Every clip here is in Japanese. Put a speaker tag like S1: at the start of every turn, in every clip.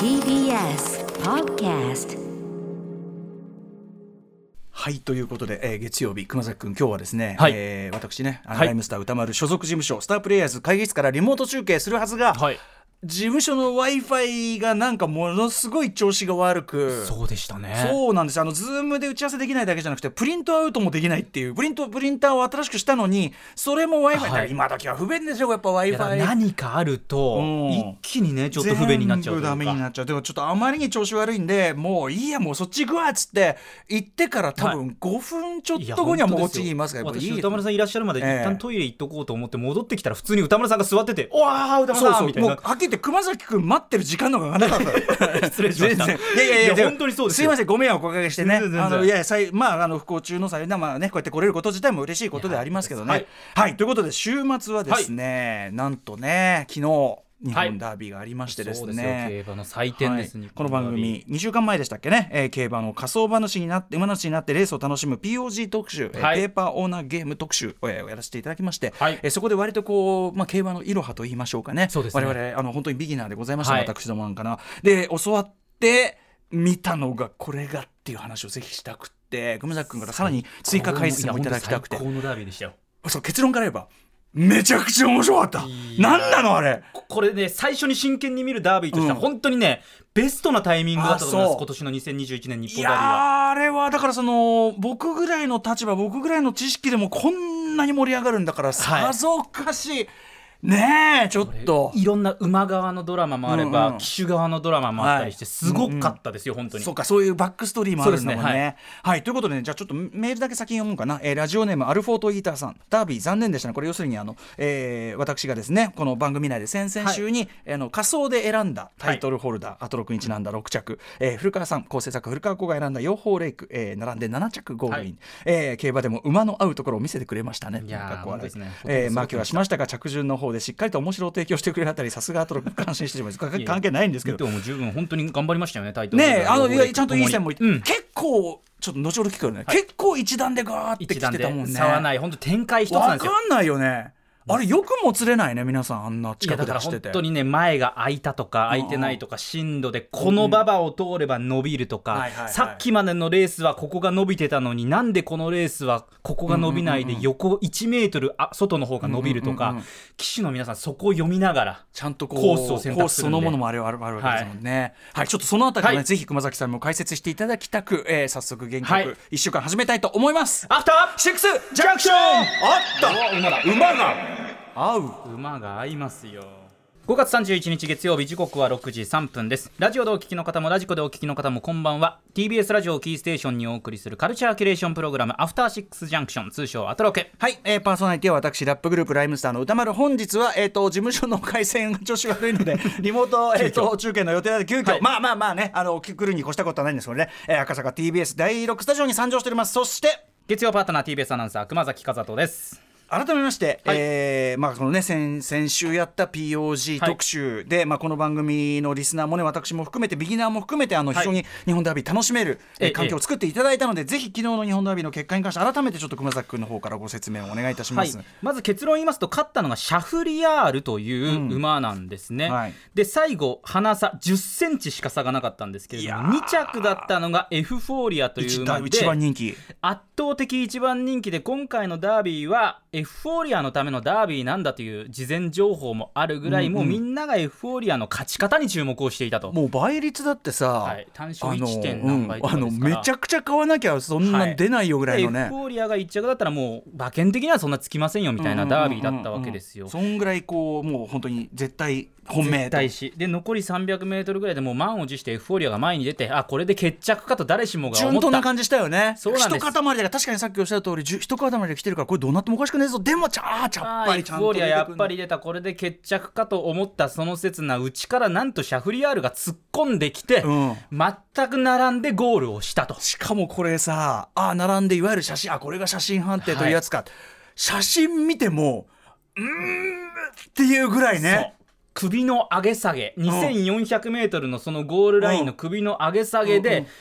S1: TBS Podcast。
S2: はいということで、月曜日熊崎くん今日はですね、
S3: はい、
S2: 私ねライムスター歌丸所属事務所スタープレイヤーズ会議室からリモート中継するはずが、
S3: はい、
S2: 事務所の Wi-Fi がなんかものすごい調子が悪く。
S3: そうでしたね。
S2: そうなんです。ズームで打ち合わせできないだけじゃなくてプリントアウトもできないっていうプリンターを新しくしたのにそれも Wi-Fi、はい、今時は不便でしょやっぱ Wi-Fi。
S3: 何かあると、一気にねちょっと不便になっちゃうというか
S2: 全部ダメになっちゃう。でもちょっとあまりに調子悪いんでもういいやもうそっち行くわっつって行ってから多分5分ちょっと後にはもうこっちにいますから。
S3: 私歌丸さんいらっしゃるまで一旦トイレ行っとこうと思って戻ってきたら普通に歌丸さんが座ってて、おわー歌丸さんみたいな。
S2: もうはっきり言って熊崎くん待ってる時間の方がなかった
S3: 失礼しました。いや本当にそうですよ。
S2: すいませんご迷惑おかけしてね。いや不幸中の幸いな、こうやって来れること自体も嬉しいことでありますけどね。はいということで週末はですね、なんとね昨日日本ダービーがありましてですね、
S3: そうですよ競馬の祭典です、
S2: この番組2週間前でしたっけね、競馬の仮想馬主になってレースを楽しむ POG 特集、ペーパーオーナーゲーム特集をやらせていただきまして、そこで割とこう、競馬のいろはと言いましょうかね、我々本当にビギナーでございました、私どもなんかなで教わって見たのがこれがっていう話をぜひしたくって熊崎君からさらに追加解説もいただきたくて。
S3: 最高のダービーでしたよ。
S2: そう結論から言えばめちゃくちゃ面白かった。なんなのあれ。
S3: これね最初に真剣に見るダービーとしては本当にね、ベストなタイミングだったと思います。今年の2021年日本ダービーは。いや
S2: あれはだから僕ぐらいの立場僕ぐらいの知識でもこんなに盛り上がるんだからさぞかしねえちょっと
S3: いろんな馬側のドラマもあれば、騎手側のドラマもあったりしてすごかったですよ、本当に。
S2: そうかそういうバックストーリーもあるんだもんね。はいということでねじゃあちょっとメールだけ先に読むかな。ラジオネームアルフォートイーターさん。ダービー残念でしたね。これ要するに私がですねこの番組内で先々週に、仮想で選んだタイトルホルダー、アトロクにちなんだ6着、古川さん構成作古川子が選んだ養蜂レイク、並んで7着ゴールイン、競馬でも馬の合うところを見せてくれましたね。
S3: いやーですね。
S2: マーキーはしましたが着順の方でしっかりと面白を提供してくれたりさすがアトロク感心してしまいます関係ないんですけど
S3: もう十分本当に頑張りましたよねタイトル
S2: ね。ちゃんといい線もいて、結構ちょっと後ほど聞くよね、結構一段でガーってきてたもんね。
S3: 差はない本当展開一つなんですよ。
S2: 分かんないよねあれよくもつれないね皆さんあんな近くで走ってて。
S3: いやだから本当にね前が開いたとか開いてないとか深度でこの馬場を通れば伸びるとか、さっきまでのレースはここが伸びてたのになんでこのレースはここが伸びないで横1メートル外の方が伸びるとか、騎手の皆さんそこを読みながら
S2: ちゃんと
S3: コースを選択するんで
S2: コースそのものもあるわけですもんね。はい、ちょっとそのあたりもね、ぜひ熊崎さんも解説していただきたく、早速原曲1週間始めたいと思います。
S3: アフター
S2: シックスジャンクション。あった馬が合う。
S3: 馬が合いますよ。5月31日月曜日時刻は6時3分です。ラジオでお聞きの方もラジコでお聞きの方もこんばんは。 TBS ラジオキーステーションにお送りするカルチャーキュレーションプログラムアフターシックスジャンクション通称アトロケ。
S2: はい、パーソナリティは私ラップグループライムスターの歌丸。本日は、事務所の回線が調子悪いのでリモート、中継の予定で急遽、まあね来るに越したことはないんですけどね、赤坂 TBS 第6スタジオに参上しております。そして
S3: 月曜パートナー TBS アナウンサー熊崎和人です。
S2: 改めまして、このね先週やった POG 特集で、この番組のリスナーもね私も含めてビギナーも含めて非常に日本ダービー楽しめる、環境を作っていただいたので、ぜひ昨日の日本ダービーの結果に関して改めてちょっと熊崎君の方からご説明をお願いいたします。
S3: まず結論言いますと勝ったのがシャフリヤールという馬なんですね。で最後花差10センチしか差がなかったんですけれども2着だったのがエフフォーリアという馬で
S2: 一番人気
S3: 圧倒的一番人気で、今回のダービーはエフフォーリアのためのダービーなんだという事前情報もあるぐらい、もうみんながエフフォーリアの勝ち方に注目をしていたと。
S2: もう倍率だってさ、
S3: 単勝 1. 点何倍とかですから
S2: めちゃくちゃ買わなきゃそんな出ないよぐらいのね、
S3: エフフォーリアが1着だったらもう馬券的にはそんなつきませんよみたいなダービーだったわけですよ。
S2: そんぐらいこうもう本当に絶対本命と
S3: で残り300メートルぐらいでもう満を持してエフフォーリアが前に出て、これで決着かと誰しもが思った。
S2: 順当な感じしたよね。
S3: そうなんです。
S2: 一塊で確かにさっきおっしゃる通り一塊で来てるからこれどうなってもおかしくねえぞ。でもやっぱりちゃんと出てくる。エフフォーリアやっぱり出た。これで決着かと思ったその刹那、内からなんとシャフリヤールが突っ込んできて、全く並んでゴールをしたと。しかもこれさ並んでいわゆる写真これが写真判定というやつか、写真見てもっていうぐらいね。
S3: 首の上げ下げ 2400 メートルのそのゴールラインの首の上げ下げで、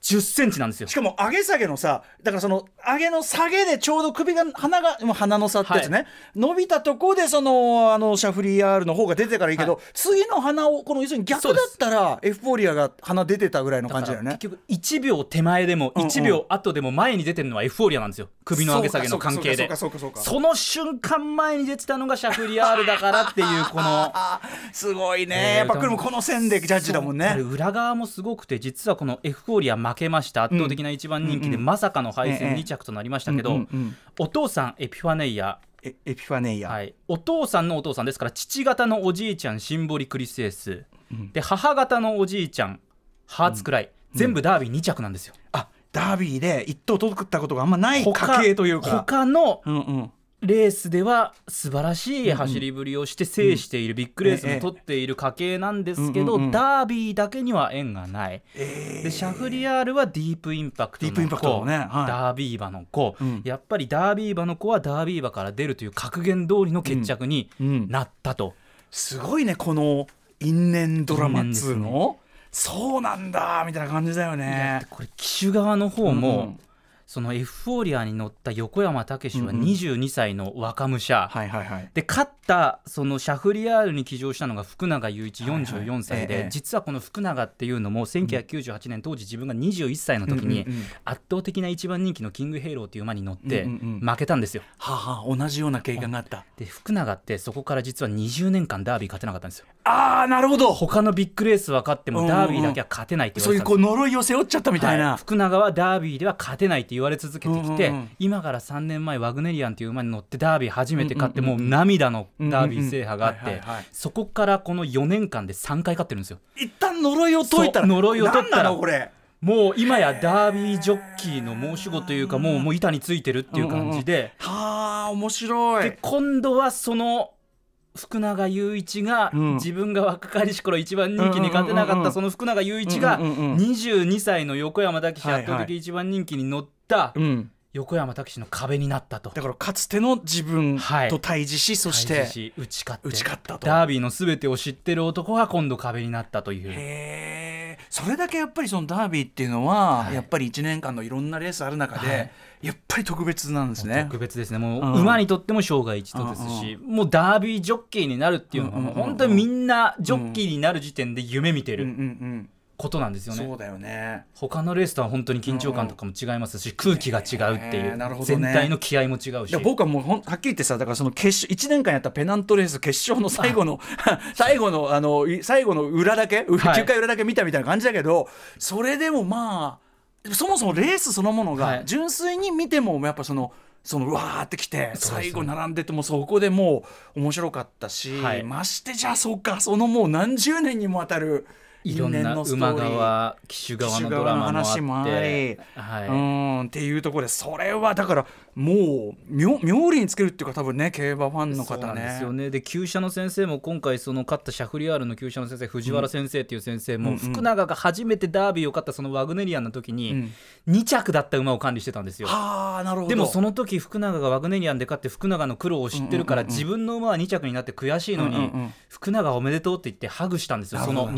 S2: 10センチなんですよ。
S3: しかも上げ下げのさ、だからその上げの下げでちょうど首が鼻の差ってやつね、はい、伸びたところでそのシャフリヤールの方が出てからいいけど、はい、次の鼻をこの要するに逆だったらエフフォーリアが鼻出てたぐらいの感じだよね。
S2: 結局1秒手前でも1秒後でも前に出てるのはエフフォーリアなんですよ、首の上げ下げの関係で。その瞬間前に出てたのがシャフリヤールだからっていうこの
S3: すごいね、やっぱこれもこの線でジャッジだもんね。
S2: 裏側もすごくて、実はこのエフフォーリア負けました、圧倒的な一番人気でまさかの敗戦2着となりましたけど、お父さんエピファネイア、はい、お父さんのお父さんですから、父方のおじいちゃんシンボリクリスエス、で母方のおじいちゃんハーツクライ、全部ダービー2着なんですよ。
S3: あ、ダービーで1頭取ったことがあんまない家系というか、
S2: 他のレースでは素晴らしい走りぶりをして制している、ビッグレースも取っている家系なんですけど、ダービーだけには縁がない、でシャフリヤールはディープインパクトの子、ね、はい、ダービー馬の子、やっぱりダービー馬の子はダービー馬から出るという格言通りの決着になったと、
S3: すごいね、この因縁ドラマっつうの、そうなんだみたいな感じだよね。
S2: これ騎手側の方も、そのエフフォーリアに乗った横山武史は22歳の若武者、で勝ったそのシャフリヤールに騎乗したのが福永祐一44歳で、実はこの福永っていうのも1998年当時自分が21歳の時に圧倒的な一番人気のキングヘイローっていう馬に乗って負けたんですよ。
S3: 同じような経過があった。
S2: で福永ってそこから実は20年間ダービー勝てなかったんですよ。
S3: あー、なるほど。
S2: 他のビッグレースは勝ってもダービーだけは勝てないって言われてたんです。
S3: そういうこう呪いを背負っちゃったみたいな、
S2: 福永はダービーでは勝てないって言われ続けてきて、今から3年前ワグネリアンっていう馬に乗ってダービー初めて勝って、もう涙のダービー制覇があって、そこからこの4年間で3回勝ってるんですよ。
S3: 一旦呪いを解いたら、
S2: 呪いを解ったら
S3: これ
S2: もう今やダービージョッキーの申し子というか、もう板についてるっていう感じで、
S3: はあ、面白い。
S2: で今度はその福永祐一が、自分が若かりし頃一番人気に勝てなかったその福永祐一が22歳の横山武史圧倒的一番人気に乗った横山武史の壁になったと。
S3: だからかつての自分と対峙し、そして
S2: 打ち勝ったと。
S3: ダ
S2: ービーの全てを知ってる男が今度壁になったという。
S3: へー、それだけやっぱりそのダービーっていうのは、やっぱり1年間のいろんなレースある中で、やっぱり特別なんですね。
S2: 特別ですね。もう馬にとっても生涯一度ですし、もうダービージョッキーになるっていうのはもう本当にみんなジョッキーになる時点で夢見てることなんですよね。
S3: そうだよね。
S2: 他のレースとは本当に緊張感とかも違いますし、空気が違うっていう、全体の気合も違うし。
S3: 僕はもうはっきり言ってさ、だからその決勝1年間やったペナントレース決勝の最後の最後の裏だけ、9回裏だけ見たみたいな感じだけど、それでもまあそもそもレースそのものが純粋に見てもやっぱそのうわーってきて最後並んでてもそこでもう面白かったし、ましてじゃあそうか、そのもう何十年にもわたる
S2: いろんな馬側騎手側のドラマもあって、
S3: っていうところで、それはだからもう妙利につけるっていうか、多分ね、競馬ファンの方ね。そうなんですよね。
S2: で厩舎の先生も今回その勝ったシャフリヤールの厩舎の先生、藤原先生っていう先生も、福永が初めてダービーを勝ったそのワグネリアンの時に2着だった馬を管理してたんですよ。
S3: なるほど。
S2: でもその時福永がワグネリアンで勝って福永の苦労を知ってるから、自分の馬は2着になって悔しいのに、福永おめでとうって言ってハグしたんですよ。その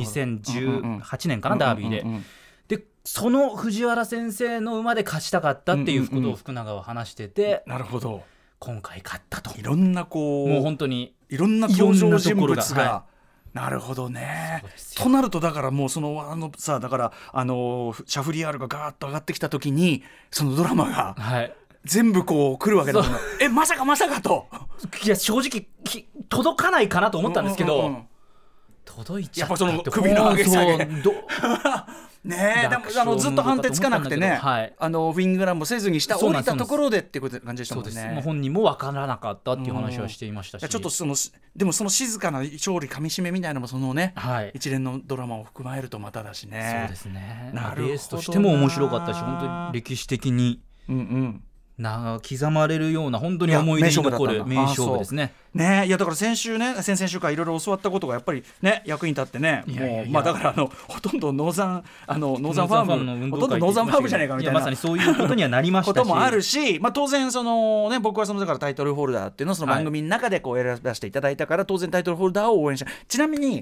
S2: 2018年かな、ダービーで。でその藤原先生の馬で勝ちたかったっていうことを福永は話してて、
S3: なるほど、
S2: 今回勝ったと。
S3: いろんなこう
S2: もう本当に
S3: いろんな登場人物が、なるほどね。となるとだからもうそのさ、だからシャフリヤールがガーッと上がってきた時にそのドラマが、全部こう来るわけだもん。まさかと。
S2: いや正直届かないかなと思ったんですけど、届いちゃったって。
S3: やっぱその首の上げ下げねえ、でもずっと判定つかなくてね、フィングランもせずに下降りたところでっていう感じでしたもんね。
S2: そうです。本人も分からなかったっていう話はしていましたし、
S3: ちょっとでもその静かな勝利かみしめみたいなのもそのね、一連のドラマを含まれるとまただしね。
S2: そうですね。レースとしても面白かったし、本当に歴史的に刻まれるような本当に思い出に残る名勝負ですね。
S3: いやだから先々週からいろいろ教わったことがやっぱりね役に立ってね、もうだからほとんどノーザンファームほとんどノーザンファームじゃないかみたいな、
S2: まさにそういうことにはなりましたし
S3: こともあるし、当然僕はだからタイトルホルダーっていうのをその番組の中でこう選ばせていただいたから、当然タイトルホルダーを応援した。ちなみに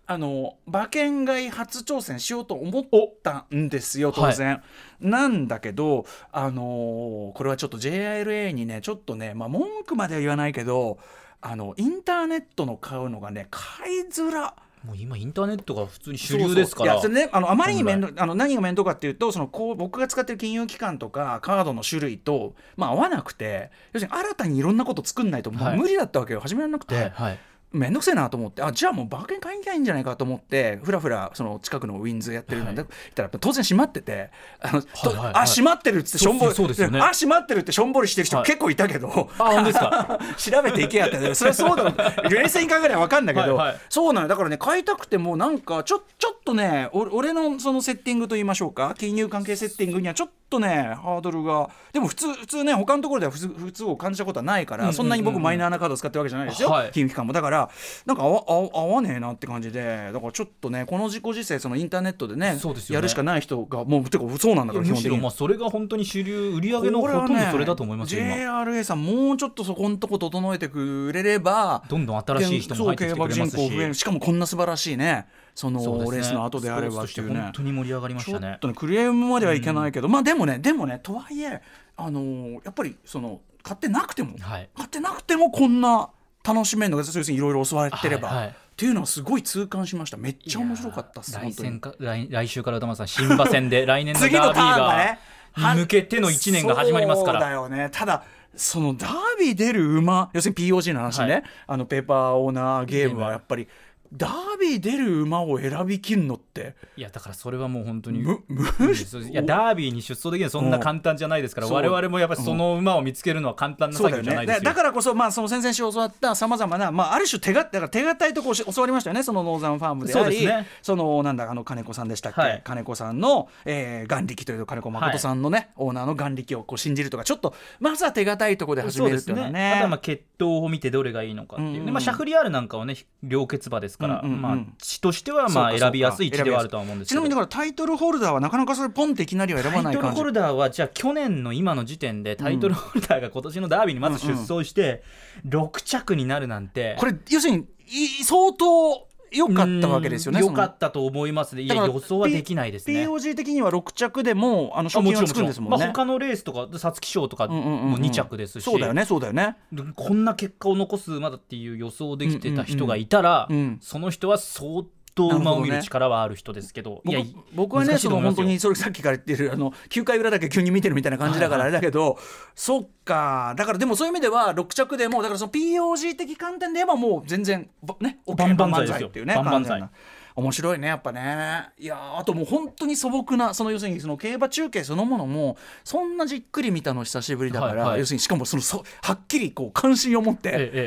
S1: 馬券買い初挑戦しようと思ったんですよ当然、はい、なんだけど、これはちょっと JRA にねちょっとね、文句までは言わないけどインターネットの買うのがね買いづら。
S3: もう今インターネットが普通に主流ですから。
S1: そうそう、いや、ね、あまりに何が面倒かっていうと僕が使ってる金融機関とかカードの種類と、合わなくて、要するに新たにいろんなこと作んないともう無理だったわけよ、始められなくて、はいはい、めんどくせえなと思って、じゃあもう馬券買いに行きゃいいんじゃないかと思ってふらふらその近くのウィンズやってるので、はい、たら当然閉まってて閉まってるってしょんぼり、閉まってるってしょんぼりしてる人結構いたけど、
S3: 本当ですか
S1: 調べていけやってそれはそうだ冷静に考えれば分かんだけど、はいはい、そうなのだからね買いたくてもなんかちょっとね俺のそのセッティングと言いましょうか、金融関係セッティングにはちょっとねハードルが、でも普通ね他のところでは普通を感じたことはないから、そんなに僕マイナーなカードを使ってるわけじゃないですよ、はい、金融機関もだからなんか合わねえなって感じで、だからちょっとねこの時世そのインターネットで ねやるしかない人がもうてかそうなんだから基本的に
S3: むしろそれが本当に主流、売り上げのほとんどそれだと思いますよ、
S1: JRA さんもうちょっとそこのとこ整えてくれれば
S3: どんどん新しい人も入ってきてくれますし、
S1: しかもこんな素晴らしいねそのレースの後であればっていうね、
S3: 本当に盛り上がりましたね。
S1: ちょっとねクレームまではいけないけど、でもねとはいえやっぱりその買ってなくてもこんな楽しめるのが要するにいろいろ教わってれば、はいはい、っていうのはすごい痛感しました。めっちゃ面白かったっす。
S3: 来週から歌丸さん新馬戦で来年のダービーがに向けての1年が始まりますから。
S1: そうだよね。ただそのダービー出る馬、要するに POG の話ね、はい、ペーパーオーナーゲームはやっぱりダービー出る馬を選びきるのって、
S3: いやだからそれはもう本当にいやダービーに出走できるのそんな簡単じゃないですから、我々もやっぱりその馬を見つけるのは簡単な作業じゃないですよ。
S1: だからこそ、その先々週教わったさまざまな、ある種手堅いとこ教わりましたよね。そのノーザンファームであり、そのなんだ金子さんでしたっけ、はい、金子さんの、眼力という金子誠さんのね、はい、オーナーの眼力をこう信じるとか、ちょっとまずは手堅いところで始めるっていうのはね。
S3: あとは血統を見てどれがいいのかっていうね、シャフリヤールなんかはね両血馬ですから、血としては選びやすい血ではあるとは思うんですけど、
S1: ちなみにだからタイトルホルダーはなかなかそれポンっていきなりは選ばない感じ。
S3: タイトルホルダーはじゃあ去年の今の時点でタイトルホルダーが今年のダービーにまず出走して6着になるなんて、
S1: これ要するに相当良かったわけですよね。
S3: 良かったと思いますね。いや予想はできないですね。
S1: POG 的には6着でも賞金はつくんですもんね。
S3: 他のレースとか皐月賞とかも2着ですし、
S1: そうだよね
S3: こんな結果を残す馬だっていう予想できてた人がいたら、その人は相当馬を見る力はある人ですけど、
S1: 僕はねその本当にそれさっきから言ってる9回裏だけ急に見てるみたいな感じだからあれだけど、そっか、だからでもそういう意味では6着でもだからその POG 的観点で言えばもう全然ね
S3: 万々歳っていうね、
S1: 万々歳面白いねやっぱね。いやあともう本当に素朴な要するにその競馬中継そのものもそんなじっくり見たの久しぶりだから、要するにしかもはっきりこう関心を持って、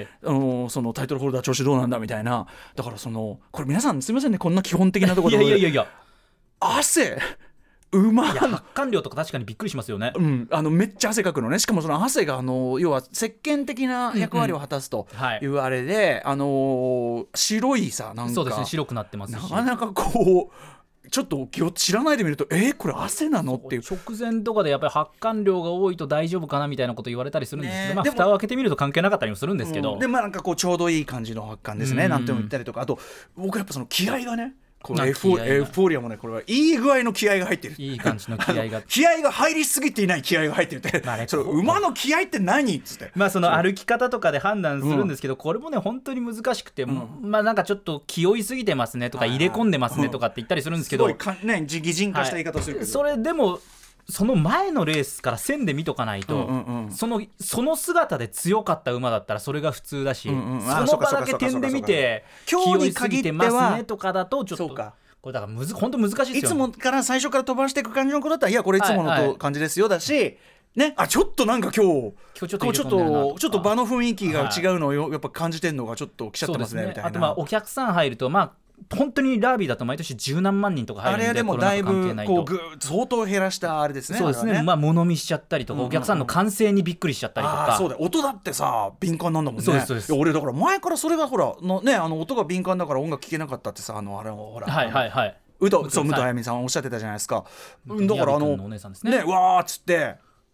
S1: そのタイトルホルダー調子どうなんだみたいな。だからこれ皆さんすみませんねこんな基本的なところで
S3: いや
S1: 汗馬
S3: 発汗量とか確かにびっくりしますよね。
S1: めっちゃ汗かくのね。しかもその汗が要は石鹸的な役割を果たすというあれで、白いさなんか
S3: そうですね白くなってますし、
S1: なかなかこうちょっと知らないで見るとこれ汗なのっていう。
S3: 直前とかでやっぱり発汗量が多いと大丈夫かなみたいなこと言われたりするんですけど、蓋を開けてみると関係なかったりもするんですけど、
S1: でなんかこうちょうどいい感じの発汗ですね、なんても言ったりとか、あと僕やっぱその気合がね、このエフフォーリアもねこれはいい具合の気合が入ってる、
S3: いい感じの気合が
S1: 気合が入りすぎていない気合が入ってるって、その馬の気合って何っつって、
S3: その歩き方とかで判断するんですけど、これもね本当に難しくて、なんかちょっと気負いすぎてますねとか入れ込んでますねとかって言ったりするんですけど、
S1: すごいね擬人化した言い方をするけど、
S3: それでもその前のレースから線で見とかないと、その姿で強かった馬だったらそれが普通だし、その場だけ点で見て気負いすぎてますねとかだとちょっとこれだから本当難しいですよね。
S1: いつもから最初から飛ばしていく感じのことだったらいやこれいつもの感じですよだし、ね、ちょっとなんか今日ちょっと場の雰囲気が違うのをやっぱ感じてるのがちょっと来ちゃってますねみたいな。
S3: あとお客さん入ると本当にダービーだと毎年10何万人とか入るんで、
S1: あれでもだいぶこう相当減らしたあれですね。
S3: そうですね、物見しちゃったりとか、お客さんの歓声にびっくりしちゃったりとか。
S1: そうだ、音だってさ敏感なんだもんね。
S3: そうです。
S1: 俺だから前からそれがほら音が敏感だから音楽聴けなかったってさ、あれほら武藤あやみさんおっしゃってたじゃないですか。だから
S3: お姉さんですね。
S1: わーっつって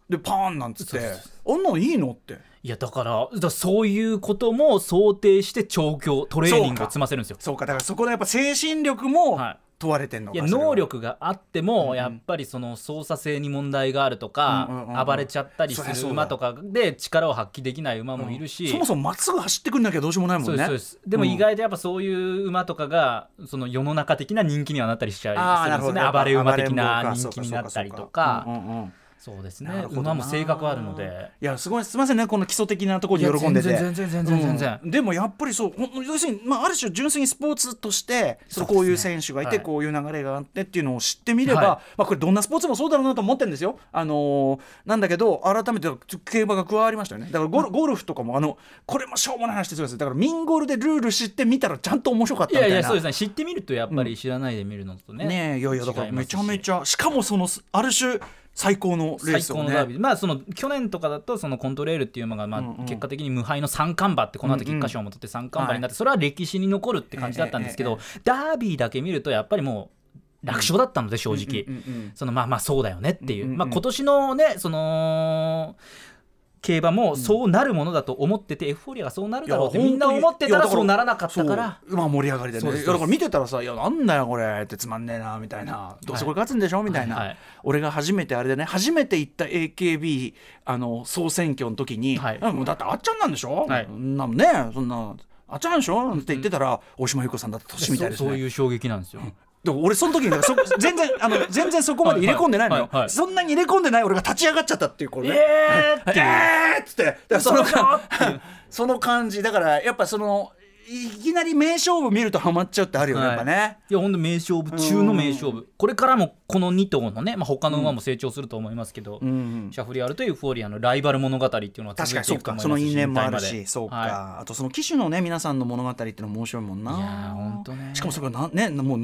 S1: でパーンなんつってあんなのいいのって。
S2: いやだからそういうことも想定して調教トレーニングを積ませるんですよ。
S1: そうかだからそこのやっぱ精神力も問われてんのか。
S2: いや能力があってもやっぱりその操作性に問題があるとか、暴れちゃったりする馬とかで力を発揮できない馬もいるし、
S1: そもそもまっすぐ走ってくんなきゃどうしようもないもんね。
S2: そうです。でも意外とやっぱそういう馬とかがその世の中的な人気にはなったりしちゃいするんですね。暴れ馬的な人気になったりとか。そうですね。馬も性格あるので。
S1: いやすごいすみませんねこの基礎的なところに喜んでて。
S2: 全然。
S1: でもやっぱりそう要するにある種純粋にスポーツとしてこういう選手がいてこういう流れがあってっていうのを知ってみれば、これどんなスポーツもそうだろうなと思ってるんですよ。なんだけど改めて競馬が加わりましたよね。だからゴルフとかもこれもしょうもない話ですよ。だからミンゴールでルール知ってみたらちゃんと面白かったみたいな。
S2: いやそうですね。知ってみるとやっぱり知らないで見るのとね。
S1: いやだからめちゃめちゃしかもそのある種最高のレースをね。最高のダービー。その去年とかだとそのコントレールっていう馬が結果的に無敗の三冠馬ってこの後菊花賞も取って三冠馬になって、それは歴史に残るって感じだったんですけど、ダービーだけ見るとやっぱりもう楽勝だったので正直、そのまあそうだよねっていう、今年のねその競馬もそうなるものだと思ってて、エフフォーリアがそうなるだろうってみんな思ってたらそうならなかったから、 盛り上がりでね。だから見てたらさ、いやなんだよこれってつまんねえなみたいな、どうせこれ勝つんでしょみたいな。俺が初めてあれでね初めて行った AKB 総選挙の時に、だってあっちゃんなんでしょ、そんなねそんなあっちゃんでしょって言ってたら大島優子さんだった年みたいですね。
S2: そういう衝撃なんですよ。
S1: でも俺その時に全然そこまで入れ込んでないのよ。そんなに入れ込んでない俺が立ち上がっちゃったっていうこれね。っつってその感じだからやっぱいきなり名勝負見るとハマっちゃうってあるよね、やっぱね。
S2: いや本当名勝負中の名勝負。これからもこの2頭のね、他の馬も成長すると思いますけど、シャフリヤールとエフフォーリアのライバル物語っていうのは続いていくと思いますし、
S1: その因縁もあるし、そうか、あとその騎手のね皆さんの物語っていうのも面白いもんな。
S2: いや本当ね。
S1: しかもそれがもう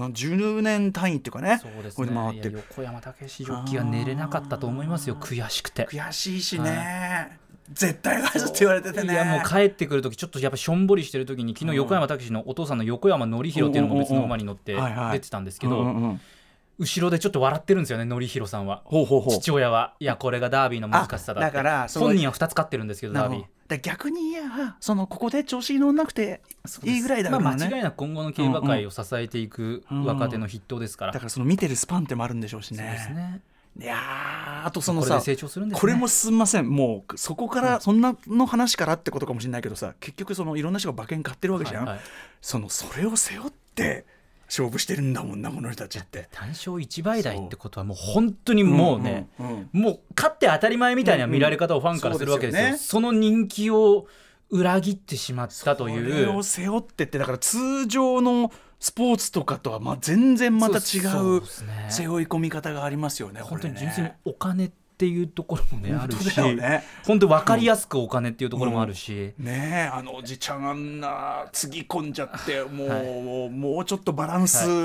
S1: 10年単位っていうかね。
S2: そうですね。いや横山武史ジョッキーが寝れなかったと思いますよ。悔しくて。
S1: 悔しいしね。絶対返すって言われててね。
S2: いやもう帰ってくる時ちょっとやっぱしょんぼりしてる時に昨日横山武史のお父さんの横山典弘っていうのも別の馬に乗って出てたんですけど、後ろでちょっと笑ってるんですよね典弘さんは。父親は。いやこれがダービーの難しさだって。だから本人は2つ勝ってるんですけどダービー。
S1: 逆にここで調子に乗んなくていいぐらいだからね。
S2: 間違いなく今後の競馬界を支えていく若手の筆頭ですから。
S1: だからその見てるスパンってもあるんでしょうしね。
S2: そうですね。
S1: いやあとそのさ、
S2: こ
S1: れもすんませんもうそこからそんなの話からってことかもしれないけどさ、結局いろんな人が馬券買ってるわけじゃん。それを背負って勝負してるんだもんなこの人たちって。
S2: 単勝1倍台ってことはもう本当にもうね、もう勝って当たり前みたいな見られ方をファンからするわけですよ。その人気を裏切ってしまったという。
S1: それを背負ってってだから通常のスポーツとかとは全然また違う背負い込み方がありますよね。
S2: 本当に純粋にお金っていうところもねあるし、本当に分かりやすくお金っていうところもあるし、
S1: ねえおじちゃんあんなつぎ込んじゃってもうちょっとバランス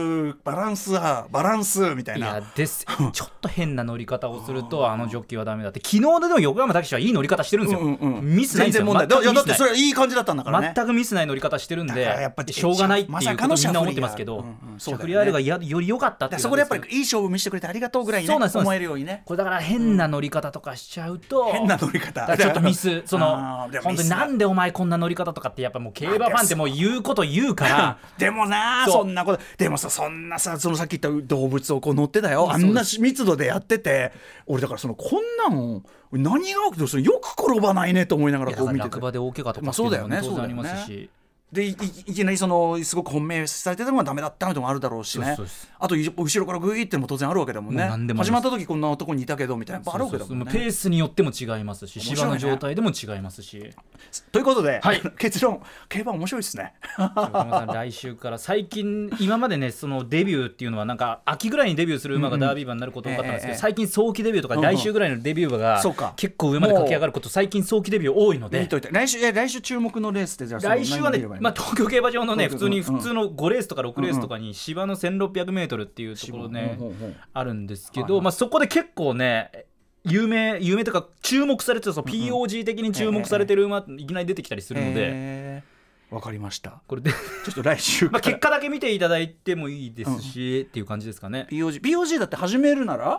S1: みたいな。
S2: いやですちょっと変な乗り方をするとジョッキーはダメだって。昨日でも横山武史はいい乗り方してるんですよ。ミスないんですよ。
S1: 全然問題だってそれいい感じだったんだからね。
S2: 全くミスない乗り方してるんでしょうがないっていうことみんな思ってますけど、シャフリヤールがより良かったっていう。
S1: そこでやっぱりいい勝負見せてくれてありがとうぐらいに思えるようにね。
S2: これだから変な乗り方とかしちゃうと、
S1: 変な乗り方
S2: ちょっとミス本当になんでお前こんな乗り方とかってやっぱもう競馬ファンってもう言うこと言うから
S1: でもなそんなことでもさそんなささっき言った動物を乗ってたよあんな密度でやってて俺だからこんなん何が起きてよく転ばないねと思いながらこう見てて。
S2: 落馬で大怪我とかっていうのも当然ありますし。
S1: でいきなりすごく本命されてたのがダメだったのもあるだろうしね。あと後ろからグイっても当然あるわけだもんね。始まった時こんな男にいたけどみたいなあるわけだもんね。
S2: ペースによっても違いますし芝の状態でも違いますし。
S1: ということで、結論競馬面白いですね。
S2: 来週から最近今までねそのデビューっていうのはなんか秋ぐらいにデビューする馬がダービー馬になること多かったんですけど、最近早期デビューとか来週ぐらいのデビュー馬が結構上まで駆け上がること最近早期デビュー多いので、
S1: 来週注目のレースってじゃあ
S2: 来週はね東京競馬場のね普通の5レースとか6レースとかに芝の 1600m っていうところねあるんですけど、そこで結構ね有名とか注目されてるPOG 的に注目されてる馬いきなり出てきたりするので、
S1: わかりました。
S2: これでち
S1: ょっと来週
S2: 結果だけ見ていただいてもいいですしっていう感じですかね。
S1: POG だって始めるなら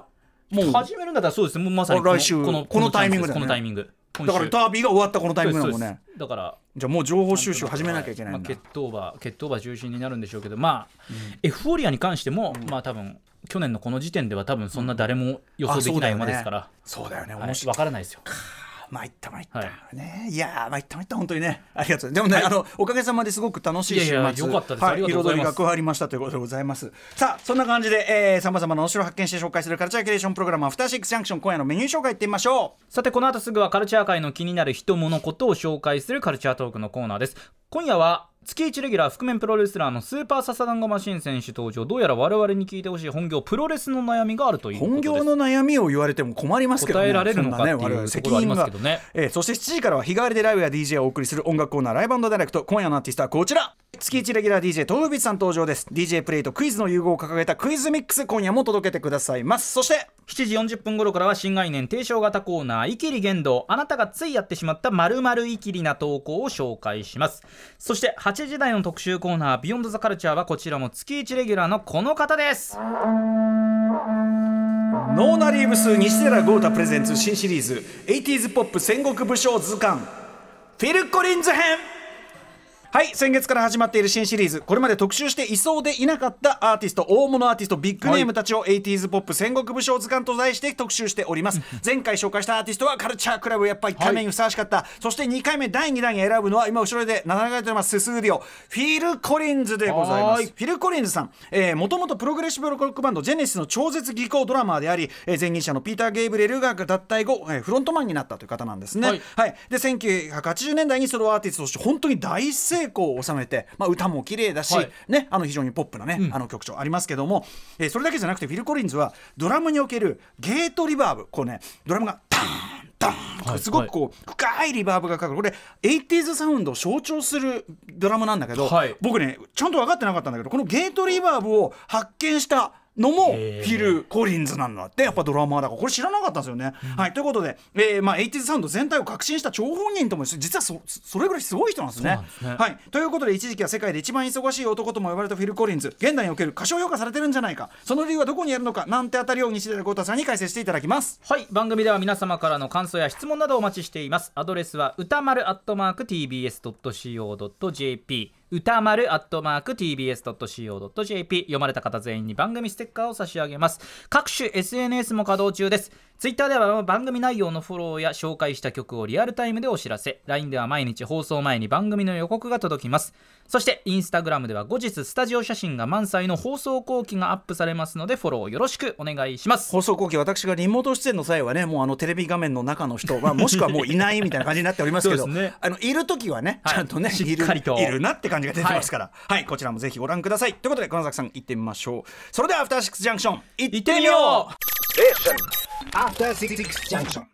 S1: もう
S3: 始めるんだったらそうですね、もうまさに
S1: 来週このタイミングだよね。
S3: このタイミング
S1: だからダービーが終わったこのタイミングだもんね。
S3: だから
S1: じゃあもう情報収集始めなきゃいけないんだ。
S3: 決闘馬中心になるんでしょうけど、まあ、エフフォーリアに関しても、まあ多分去年のこの時点では多分そんな誰も予想できない馬ですから、
S1: そうだよね、
S3: 面白い、分からないですよ。
S1: 参った、ね、いや参った本当にね、ありがとう。でもね、おかげさまですごく楽しい週末、
S3: 良かったです。
S1: 彩りが加わりましたということでございます。さあそんな感じでさまざまな面白を発見して紹介するカルチャーキュレーションプログラム、アフターシックスジャンクション、今夜のメニュー紹介いってみましょう。
S3: さてこの後すぐはカルチャー界の気になる人物ことを紹介するカルチャートークのコーナーです。今夜は月1レギュラー覆面プロレスラーのスーパーササダンゴマシン選手登場。どうやら我々に聞いてほしい本業プロレスの悩みがあるということです。
S1: 本業の悩みを言われても困りますけどね、
S3: 答えられるのかっていうところありますけどね。
S1: そして7時からは日替わりでライブや DJ をお送りする音楽コーナー、ライブ&ダイレクト。今夜のアーティストはこちら、月1レギュラー DJ 豆腐ビツさん登場です。 DJ プレイとクイズの融合を掲げたクイズミックス、今夜も届けてくださいます。そして
S3: 7時40分頃からは新概念提唱型コーナー、イキリ言動、あなたがついやってしまった〇〇イキリな投稿を紹介します。そして8時台の特集コーナー、ビヨンドザカルチャーはこちらも月1レギュラーのこの方です。
S1: ノーナリーブス西寺豪太プレゼンツ新シリーズ 80s ポップ戦国武将図鑑フィル・コリンズ編。はい、先月から始まっている新シリーズ、これまで特集していそうでいなかったアーティスト、大物アーティスト、ビッグネームたちを 80s ポップ戦国武将図鑑と題して特集しております。前回紹介したアーティストはカルチャークラブ、やっぱり1回目にふさわしかった、そして2回目第2弾に選ぶのは今後ろで流れておりますススーディオ、フィル・コリンズでございます。フィル・コリンズさん、もともとプログレッシブロックバンドジェネシスの超絶技巧ドラマーであり、前任者のピーター・ゲイブレルが脱退後、フロントマンになったという方なんですね。はい、で1980年代にソロアーティストとして本当に大成功を収めて、歌も綺麗だし、ね、非常にポップな、ね、曲調ありますけども、それだけじゃなくてフィル・コリンズはドラムにおけるゲートリバーブ、こうね、ドラムがターンダン、すごくこう深いリバーブがかかる、これ 80s サウンドを象徴するドラムなんだけど、僕ねちゃんと分かってなかったんだけど、このゲートリバーブを発見したのもフィル・コリンズなんだって。やっぱドラマーだからこれ知らなかったんですよね。はい、ということで、80s サウンド全体を革新した張本人とも実は それぐらいすごい人なんですね。はい、ということで一時期は世界で一番忙しい男とも呼ばれたフィル・コリンズ、現代における過小評価されてるんじゃないか、その理由はどこにあるのかなんてあたりを西寺豪太さんに解説していただきます。
S3: はい、番組では皆様からの感想や質問などをお待ちしています。アドレスは歌丸@tbs.co.jp、歌丸@tbs.co.jp、 読まれた方全員に番組ステッカーを差し上げます。各種 SNS も稼働中です。ツイッターでは番組内容のフォローや紹介した曲をリアルタイムでお知らせ、 LINE では毎日放送前に番組の予告が届きます。そしてインスタグラムでは後日スタジオ写真が満載の放送後期がアップされますのでフォローよろしくお願いします。
S1: 放送後期、私がリモート出演の際はね、もうテレビ画面の中の人、もしくはもういないみたいな感じになっておりますけどね、いる時はね、ちゃんとね、
S3: しっかりと
S1: いるなって感じが出てますから、はい、こちらもぜひご覧ください。ということで熊崎さん行ってみましょう。それではアフターシックスジャンクション行ってみよう。
S2: After 66 junction.